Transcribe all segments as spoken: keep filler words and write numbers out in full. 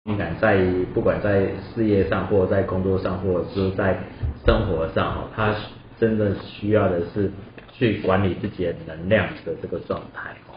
敏感在不管在事业上，或者在工作上，或者是在生活上哦，他真的需要的是去管理自己的能量的这个状态哦。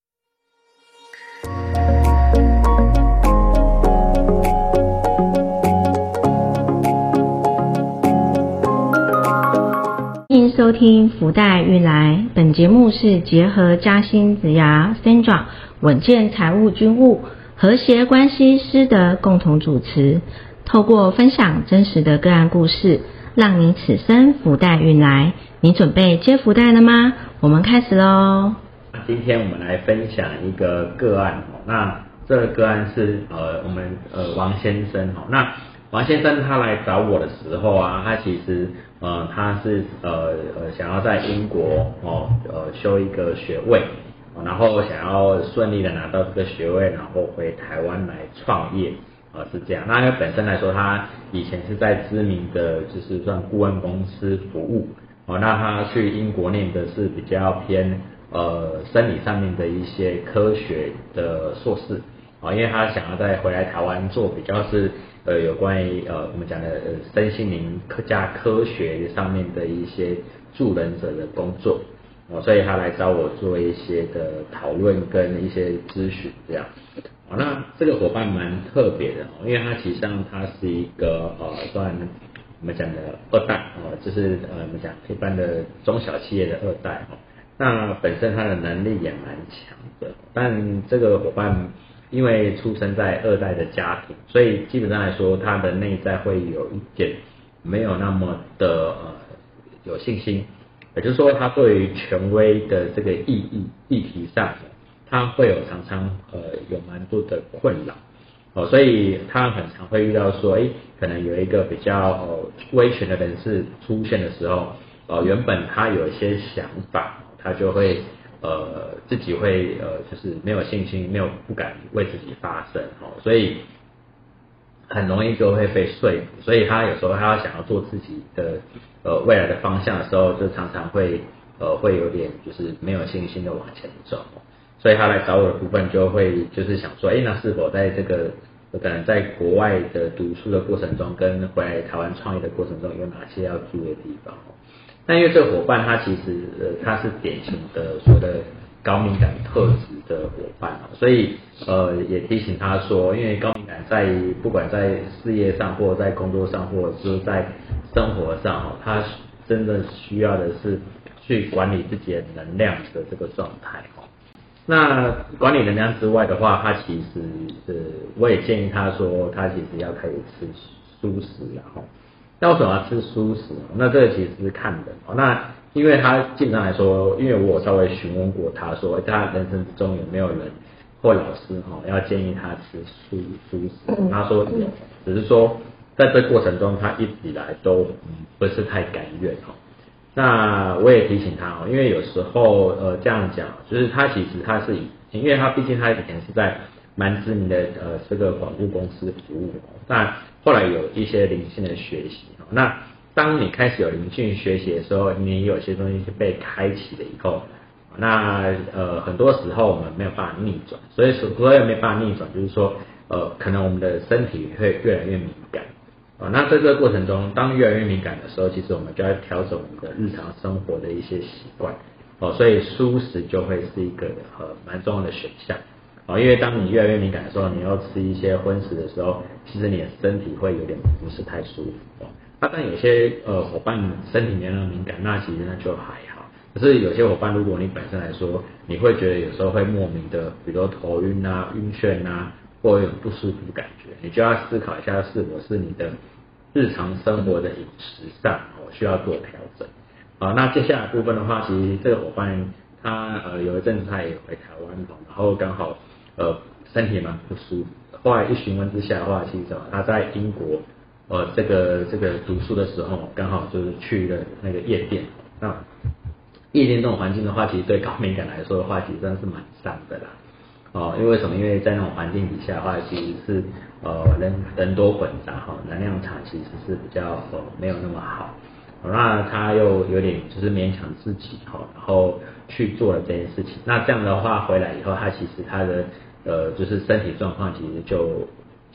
欢迎收听福袋运来，本节目是结合嘉兴职涯 Sandra 稳健财务军务和谐关系师的共同主持，透过分享真实的个案故事，让你此生福袋运来。你准备接福袋了吗？我们开始咯。 今天我们来分享一个个案哦，那这个个案是呃我们呃王先生哦，那王先生他来找我的时候啊，他其实呃他是呃呃想要在英国哦呃修一个学位，然后想要顺利的拿到这个学位，然后回台湾来创业啊、呃、是这样。那因为本身来说，他以前是在知名的就是算顾问公司服务哦，那他去英国念的是比较偏呃生理上面的一些科学的硕士啊、哦，因为他想要再回来台湾做比较是呃有关于呃我们讲的呃身心灵科加科学上面的一些助人者的工作。哦，所以他来找我做一些的讨论跟一些咨询这样。哦，那这个伙伴蛮特别的哦，因为他其实上他是一个呃算我们讲的二代哦，就是呃我们讲一般的中小企业的二代哦。那本身他的能力也蛮强的，但这个伙伴因为出生在二代的家庭，所以基本上来说他的内在会有一点没有那么的呃有信心。也就是说，他对于权威的这个意义议题上，他会有常常呃有蛮多的困扰哦，所以他很常会遇到说，哎，可能有一个比较呃威权的人士出现的时候，呃原本他有一些想法，他就会呃自己会呃就是没有信心，没有不敢为自己发声哦，所以很容易就会被说服，所以他有时候他要想要做自己的呃未来的方向的时候，就常常会呃会有点就是没有信心的往前走，所以他来找我的部分就会就是想说，哎，那是否在这个可能在国外的读书的过程中，跟回来台湾创业的过程中，有哪些要注意的地方？那因为这个伙伴他其实呃他是典型的所谓的高敏感特质的伙伴，所以呃也提醒他说，因为高敏感在不管在事业上，或者在工作上，或者是在生活上，他真的需要的是去管理自己的能量的这个状态。那管理能量之外的话，他其实是我也建议他说，他其实要开始吃蔬食然后。那为什么要吃蔬食？那这个其实是看人哦。那因为他基本上来说，因为我稍微询问过他说，他人生之中有没有人或老师哦要建议他吃蔬蔬食？他说有，只是说在这过程中他一直以来都不是太甘愿哦。那我也提醒他哦，因为有时候呃这样讲，就是他其实他是以，因为他毕竟他以前是在蛮知名的呃这个广告公司服务，那后来有一些灵性的学习，那当你开始有灵性学习的时候，你有些东西是被开启了以后，那呃很多时候我们没有办法逆转，所以所谓没办法逆转，就是说呃可能我们的身体会越来越敏感。哦，那在这个过程中，当越来越敏感的时候，其实我们就要调整我们的日常生活的一些习惯。哦，所以蔬食就会是一个呃蛮重要的选项。哦，因为当你越来越敏感的时候，你要吃一些荤食的时候，其实你的身体会有点不是太舒服。哦，那但有些呃伙伴身体没那么敏感，那其实那就还好。可是有些伙伴，如果你本身来说，你会觉得有时候会莫名的，比如说头晕啊、晕眩啊，或有不舒服的感觉，你就要思考一下，是否是你的日常生活的饮食上哦需要做调整。啊，那接下来部分的话，其实这个伙伴他呃有一阵子他也回台湾，然后刚好呃身体蛮不舒服，后来一询问之下的话，其实他在英国呃这个这个读书的时候，刚好就是去了那个夜店，那夜店这种环境的话，其实对高敏感来说的话，其实真的是蛮伤的啦。哦，因为什么？因为在那种环境底下的话，其实是呃人人多混杂哈，能量场其实是比较呃没有那么好。那他又有点就是勉强自己哈，然后去做了这件事情。那这样的话回来以后，他其实他的呃就是身体状况其实就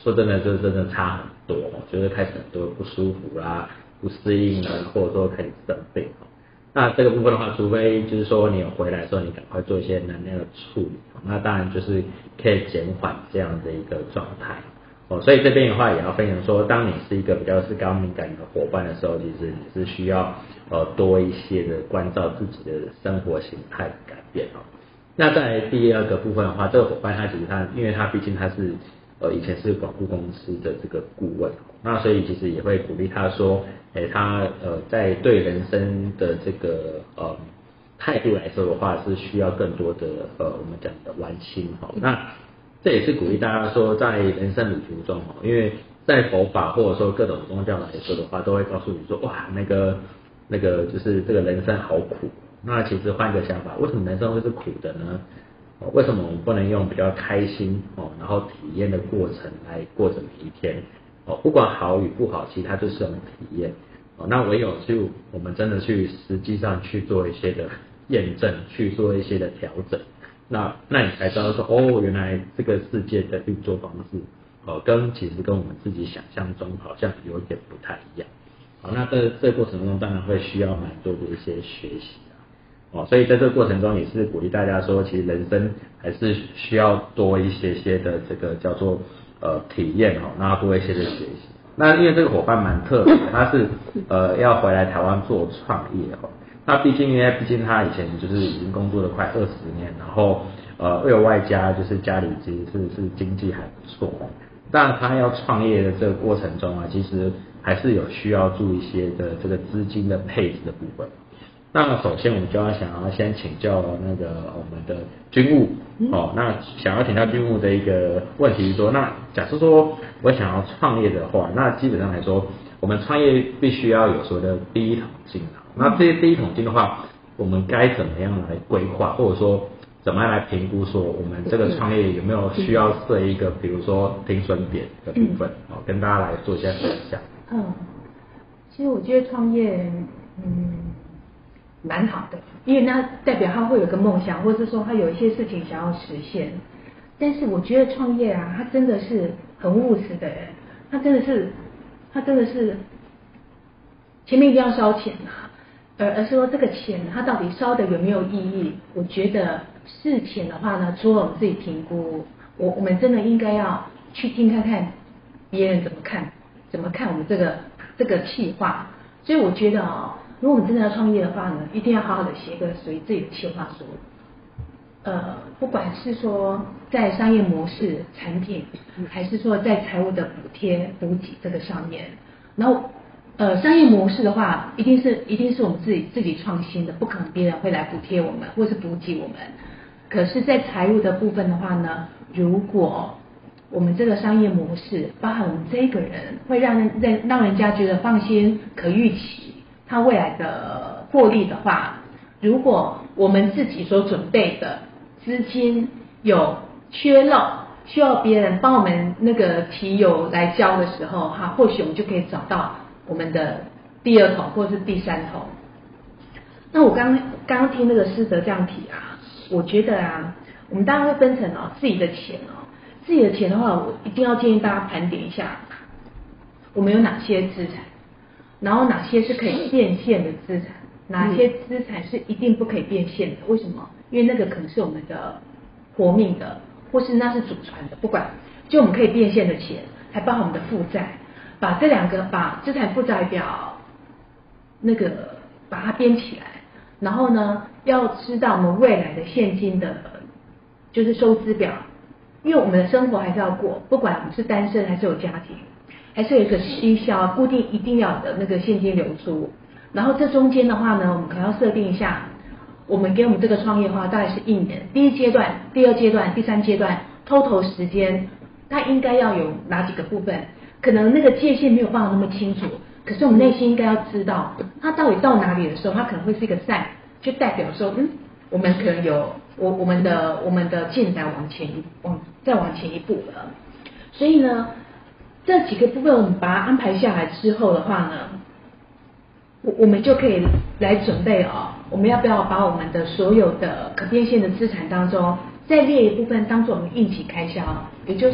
说真的，就真的差很多，就是开始很多不舒服啦、不适应啊，或者说开始生病。那这个部分的话，除非就是说你有回来的时候，你赶快做一些能量的处理，那当然就是可以减缓这样的一个状态。哦，所以这边的话也要分享说，当你是一个比较是高敏感的伙伴的时候，其实你是需要呃多一些的关照自己的生活形态的改变哦。那在第二个部分的话，这个伙伴他其实他，因为他毕竟他是呃以前是广告公司的这个顾问，那所以其实也会鼓励他说，诶，他呃在对人生的这个呃态度来说的话，是需要更多的呃我们讲的玩心哈。那这也是鼓励大家说，在人生旅途中哈，因为在佛法或者说各种宗教来说的话，都会告诉你说，哇，那个那个就是这个人生好苦。那其实换个想法，为什么人生会是苦的呢？哦，为什么我们不能用比较开心哦，然后体验的过程来过着每一天？哦，不管好与不好，其实它就是种体验。哦，那唯有去我们真的去实际上去做一些的验证，去做一些的调整，那那你才知道说，哦，原来这个世界的运作方式，哦，跟其实跟我们自己想象中好像有点不太一样。好，那这这个过程中当然会需要蛮多的一些学习啊，哦，所以在这个过程中也是鼓励大家说，其实人生还是需要多一些些的这个叫做呃体验哦，那多一些的学习。那因为这个伙伴蛮特别的，他是呃要回来台湾做创业哦。那毕竟因为毕竟他以前就是已经工作了快二十年，然后呃又外加就是家里其实是是经济还不错，但他要创业的这个过程中啊，其实还是有需要注意一些的这个资金的配置的部分。那首先我们就要想要先请教那个我们的军务哦，那想要请教军务的一个问题是说，那假设说我想要创业的话，那基本上来说，我们创业必须要有所谓的第一桶金啊。那这些第一桶金的话，我们该怎么样来规划，或者说怎么样来评估说我们这个创业有没有需要设一个，比如说停损点的部分哦，跟大家来做一些分享。 嗯，其实我觉得创业，嗯。蛮好的，因为那代表他会有个梦想，或者是说他有一些事情想要实现。但是我觉得创业啊，他真的是很务实的人，他真的是，他真的是前面一定要烧钱啊，而而是说这个钱他到底烧的有没有意义？我觉得事前的话呢，除了我们自己评估，我我们真的应该要去听看看别人怎么看，怎么看我们这个这个企划。所以我觉得哦。如果我们真的要创业的话呢，一定要好好的写一个属于自己的企划书。呃，不管是说在商业模式、产品，还是说在财务的补贴、补给这个上面，然后呃，商业模式的话，一定是一定是我们自己自己创新的，不可能别人会来补贴我们或是补给我们。可是，在财务的部分的话呢，如果我们这个商业模式，包含我们这个人，会让人让让人家觉得放心、可预期。他未来的获利的话，如果我们自己所准备的资金有缺漏，需要别人帮我们那个提油来交的时候，哈，或许我们就可以找到我们的第二桶或者是第三桶。那我刚刚听那个师德这样提啊，我觉得啊，我们当然会分成哦自己的钱哦，自己的钱的话，我一定要建议大家盘点一下，我们有哪些资产。然后哪些是可以变现的资产，哪些资产是一定不可以变现的？为什么？因为那个可能是我们的活命的，或是那是祖传的，不管，就我们可以变现的钱，还包含我们的负债，把这两个把资产负债表那个把它编起来，然后呢，要知道我们未来的现金的，就是收支表，因为我们的生活还是要过，不管我们是单身还是有家庭。还是有一个绩效固定一定要的那个现金流出，然后这中间的话呢，我们可能要设定一下，我们给我们这个创业的话大概是一年，第一阶段、第二阶段、第三阶段 total 时间，它应该要有哪几个部分？可能那个界限没有办法那么清楚，可是我们内心应该要知道，它到底到哪里的时候，它可能会是一个 sign， 就代表说，嗯，我们可能有我我们的我们的进展往前一往再往前一步了，所以呢。这几个部分我们把它安排下来之后的话呢，我我们就可以来准备哦，我们要不要把我们的所有的可变现的资产当中，再列一部分当做我们应急开销？也就是说，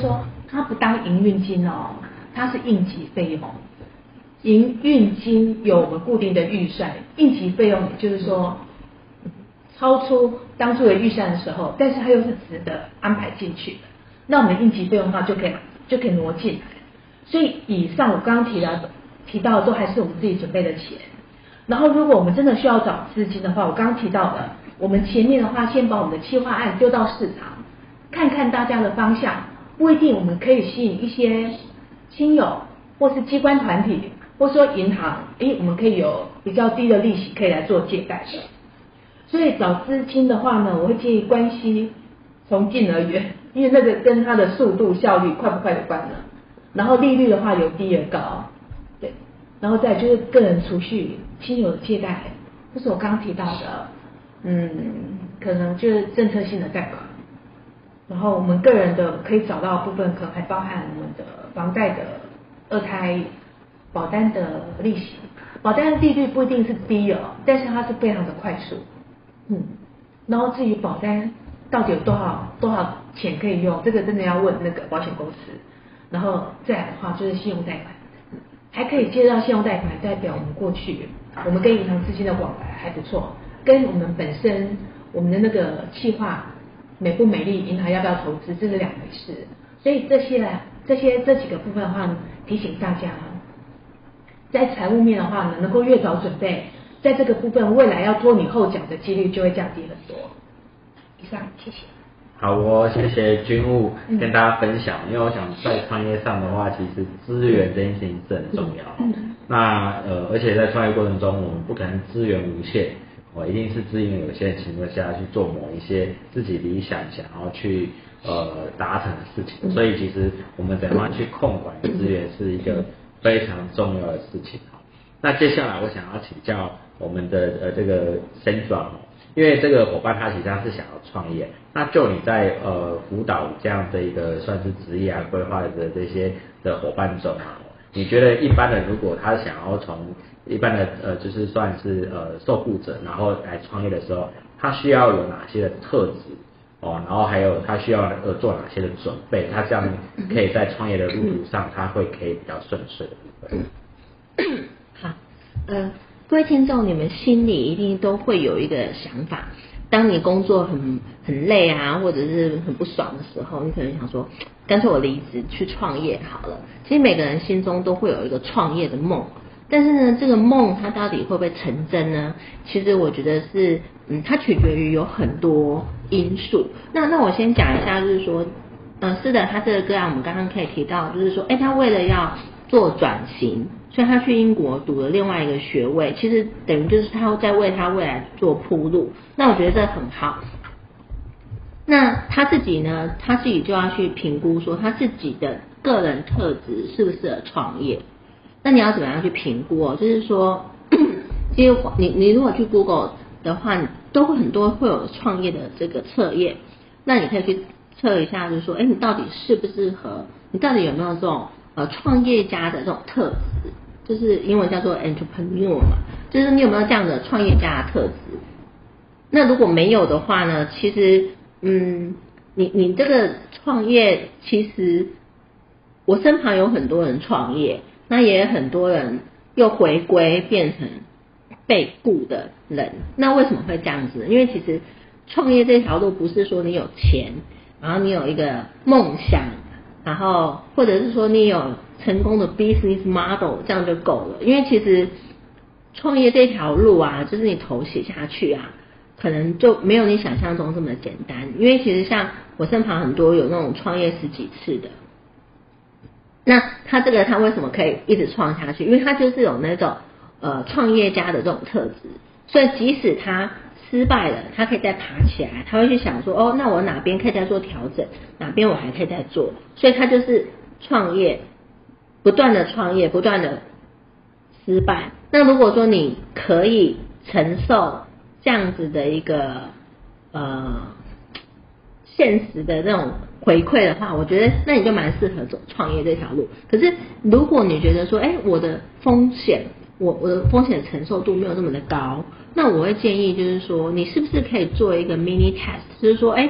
它不当营运金哦，它是应急费用。营运金有我们固定的预算，应急费用也就是说超出当初的预算的时候，但是它又是值得安排进去的，那我们应急费用的话就可以就可以挪进来。所以以上我刚刚提到的提到的都还是我们自己准备的钱。然后如果我们真的需要找资金的话，我刚刚提到的，我们前面的话先把我们的企划案丢到市场，看看大家的方向，不一定我们可以吸引一些亲友或是机关团体，或说银行，诶，我们可以有比较低的利息可以来做借贷的。所以找资金的话呢，我会建议关系从近而远，因为那个跟它的速度效率快不快有关了。然后利率的话由低而高，对，然后再就是个人储蓄、亲友的借贷，或是我刚刚提到的，嗯，可能就是政策性的贷款。然后我们个人的可以找到的部分，可能还包含我们的房贷的二胎保单的利息，保单的利率不一定是低哦，但是它是非常的快速，嗯，然后至于保单到底有多少多少钱可以用，这个真的要问那个保险公司。然后再来的话就是信用贷款，还可以借到信用贷款，代表我们过去我们跟银行之间的往来还不错，跟我们本身我们的那个企划美不美丽，银行要不要投资，这是两回事。所以这些这些这几个部分的话，提醒大家，在财务面的话呢，能够越早准备，在这个部分未来要拖你后脚的几率就会降低很多。以上，谢谢。 好哦，谢谢军务跟大家分享，因为我想在创业上的话，其实资源这件事情是很重要。嗯嗯、那呃，而且在创业过程中，我们不可能资源无限，哦，一定是资源有限的情况下去做某一些自己理想想要去呃达成的事情。所以其实我们怎么样去控管资源是一个非常重要的事情。那接下来我想要请教我们的呃这个 Sandra， 因为这个伙伴他其实他是想要创业，那就你在呃辅导这样的一个算是职业啊规划的这些的伙伴中啊，你觉得一般人如果他想要从一般的呃就是算是呃受雇者，然后来创业的时候，他需要有哪些的特质哦，然后还有他需要呃做哪些的准备，他这样可以在创业的路途上他会可以比较顺遂的部分。 好，呃，各位听众，你们心里一定都会有一个想法，当你工作很很累啊，或者是很不爽的时候，你可能想说，干脆我离职去创业好了。其实每个人心中都会有一个创业的梦，但是呢，这个梦它到底会不会成真呢？其实我觉得是，嗯，它取决于有很多因素。那那我先讲一下，就是说，呃，是的，他这个个案我们刚刚可以提到，就是说，哎，他为了要做转型，所以他去英国读了另外一个学位，其实等于就是他在为他未来做铺路。那我觉得这很好。那他自己呢，他自己就要去评估说他自己的个人特质适不适合创业。那你要怎么样去评估哦？就是说，其实你你如果去 Google 的话，你都会很多会有创业的这个测验，那你可以去测一下，就是说，哎，你到底适不适合？你到底有没有这种呃创业家的这种特质？就是英文叫做 entrepreneur 嘛，就是你有没有这样的创业家的特质？那如果没有的话呢，其实嗯，你你这个创业，其实我身旁有很多人创业，那也有很多人又回归变成被雇的人。那为什么会这样子？因为其实创业这条路不是说你有钱，然后你有一个梦想，然后或者是说你有成功的 business model， 这样就够了。因为其实创业这条路啊，就是你头洗下去啊，可能就没有你想象中这么简单。因为其实像我身旁很多有那种创业十几次的，那他这个他为什么可以一直创下去？因为他就是有那种呃创业家的这种特质，所以即使他失败了，他可以再爬起来，他会去想说，哦，那我哪边可以再做调整，哪边我还可以再做，所以他就是创业，不断的创业，不断的失败。那如果说你可以承受这样子的一个呃现实的那种回馈的话，我觉得那你就蛮适合走创业这条路。可是如果你觉得说，哎，我的风险，我我的风险承受度没有那么的高，那我会建议就是说，你是不是可以做一个 mini test， 就是说，哎，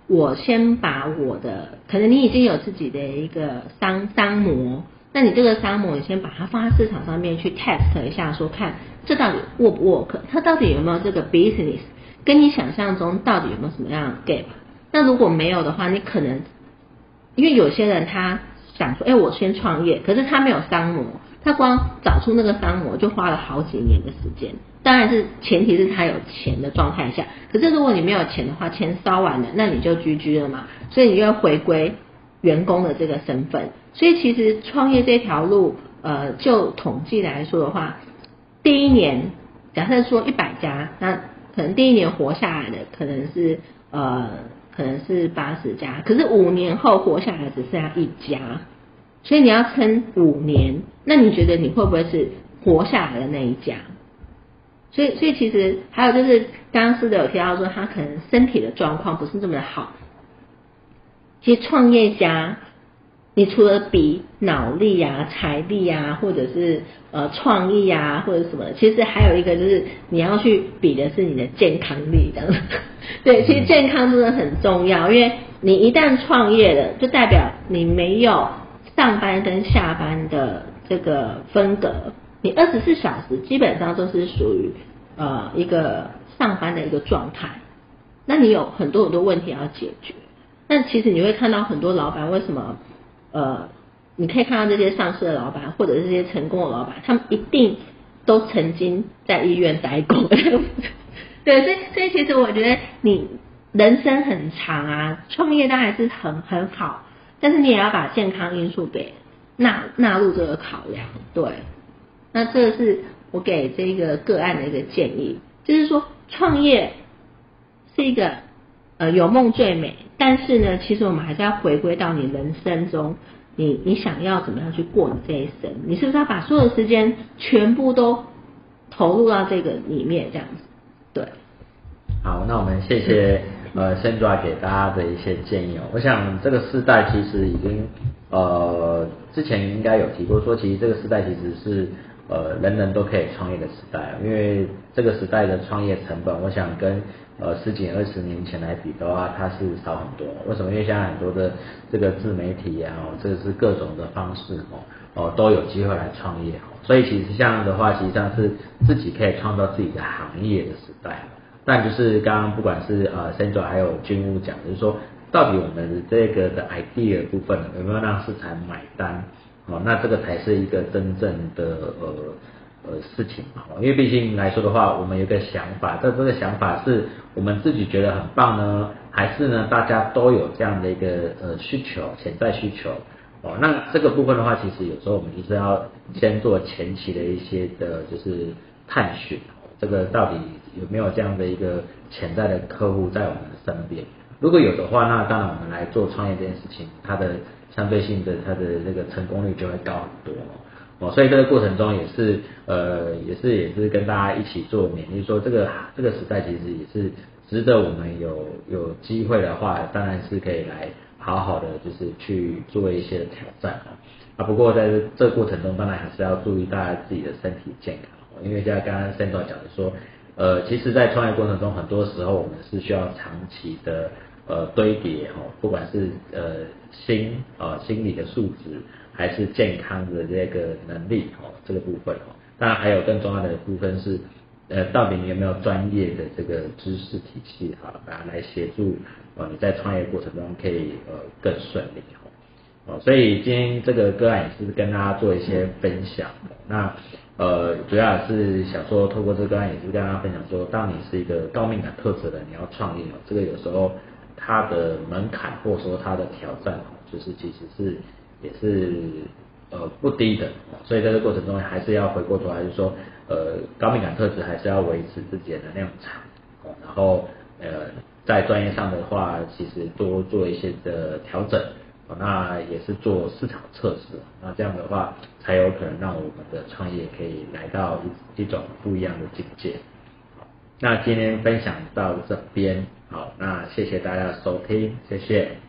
我先把我的，可能你已经有自己的一个商商模，那你这个商模你先把它放在市场上面去 test 一下，说看这到底 work 不 work， 它到底有没有这个 business， 跟你想象中到底有没有什么样的 gap。那如果没有的话，你可能因为有些人他想说，哎，我先创业，可是他没有商模，他光找出那个商模就花了好几年的时间。当然是前提是他有钱的状态下，可是如果你没有钱的话，钱烧完了，那你就 G G 了嘛，所以你就要回归员工的这个身份。所以其实创业这条路，呃，就统计来说的话，第一年假设说一百家，那可能第一年活下来的可能是呃可能是八十家，可是五年后活下来只剩下一家，所以你要撑五年，那你觉得你会不会是活下来的那一家？所以，所以其实还有就是，刚刚师德有提到说，他可能身体的状况不是这么的好。其实创业家，你除了比脑力啊、财力啊，或者是呃创意啊，或者什么，其实还有一个就是你要去比的是你的健康力这样子。对，其实健康真的很重要，因为你一旦创业了，就代表你没有上班跟下班的这个分隔。你二十四小时基本上都是属于呃一个上班的一个状态，那你有很多很多问题要解决。那其实你会看到很多老板为什么呃，你可以看到这些上市的老板或者是这些成功的老板，他们一定都曾经在医院待过。对，所以所以其实我觉得你人生很长啊，创业当然是很很好，但是你也要把健康因素给纳纳入这个考量，对。那这是我给这个个案的一个建议，就是说创业是一个呃有梦最美，但是呢，其实我们还是要回归到你人生中，你你想要怎么样去过你这一生，你是不是要把所有的时间全部都投入到这个里面这样子？对。 好，那我们谢谢呃 Sandra 给大家的一些建议哦。我想这个世代其实已经呃之前应该有提过说，其实这个时代其实是呃人人都可以创业的时代，因为这个时代的创业成本，我想跟呃十几二十年前来比的话，它是少很多。为什么？因为现在很多的这个自媒体啊，哦，这个是各种的方式哦哦都有机会来创业哦，所以其实这样的话，实际上是自己可以创造自己的行业的时代。但就是刚刚不管是呃 Sandra 还有军务讲，就是说到底我们这个的 idea 部分有没有让市场买单？哦，那这个才是一个真正的呃呃事情嘛。因为毕竟来说的话，我们有一个想法，但这个想法是我们自己觉得很棒呢，还是呢大家都有这样的一个呃需求，潜在需求？哦，那这个部分的话，其实有时候我们就是要先做前期的一些的，就是探寻。这个到底有没有这样的一个潜在的客户在我们的身边？如果有的话，那当然我们来做创业这件事情，它的相对性的它的这个成功率就会高很多哦。所以这个过程中也是呃也是也是跟大家一起做勉励，说这个这个时代其实也是值得我们有有机会的话，当然是可以来好好的就是去做一些挑战哦。啊，不过在这这个过程中，当然还是要注意大家自己的身体健康。因为像刚刚 Sandra 讲的说，呃，其实在创业过程中，很多时候我们是需要长期的呃堆叠哈，不管是呃心呃心理的素质，还是健康的这个能力哦，这个部分哦，当然还有更重要的部分是，呃，到底你有没有专业的这个知识体系哈，来协助呃你在创业过程中可以呃更顺利哈。哦，所以今天这个个案也是跟大家做一些分享。那呃，主要也是想说，透过这个个案也是跟大家分享说，当你是一个高敏感特质的，你要创业哦，这个有时候它的门槛或者说它的挑战哦，就是其实是也是呃不低的。所以在这个过程中还是要回过头来，就是说呃高敏感特质还是要维持自己的能量场哦，然后呃在专业上的话，其实多做一些的调整。那也是做市场测试，那这样的话才有可能让我们的创业可以来到一一种不一样的境界。那今天分享到这边，好，那谢谢大家的收听，谢谢。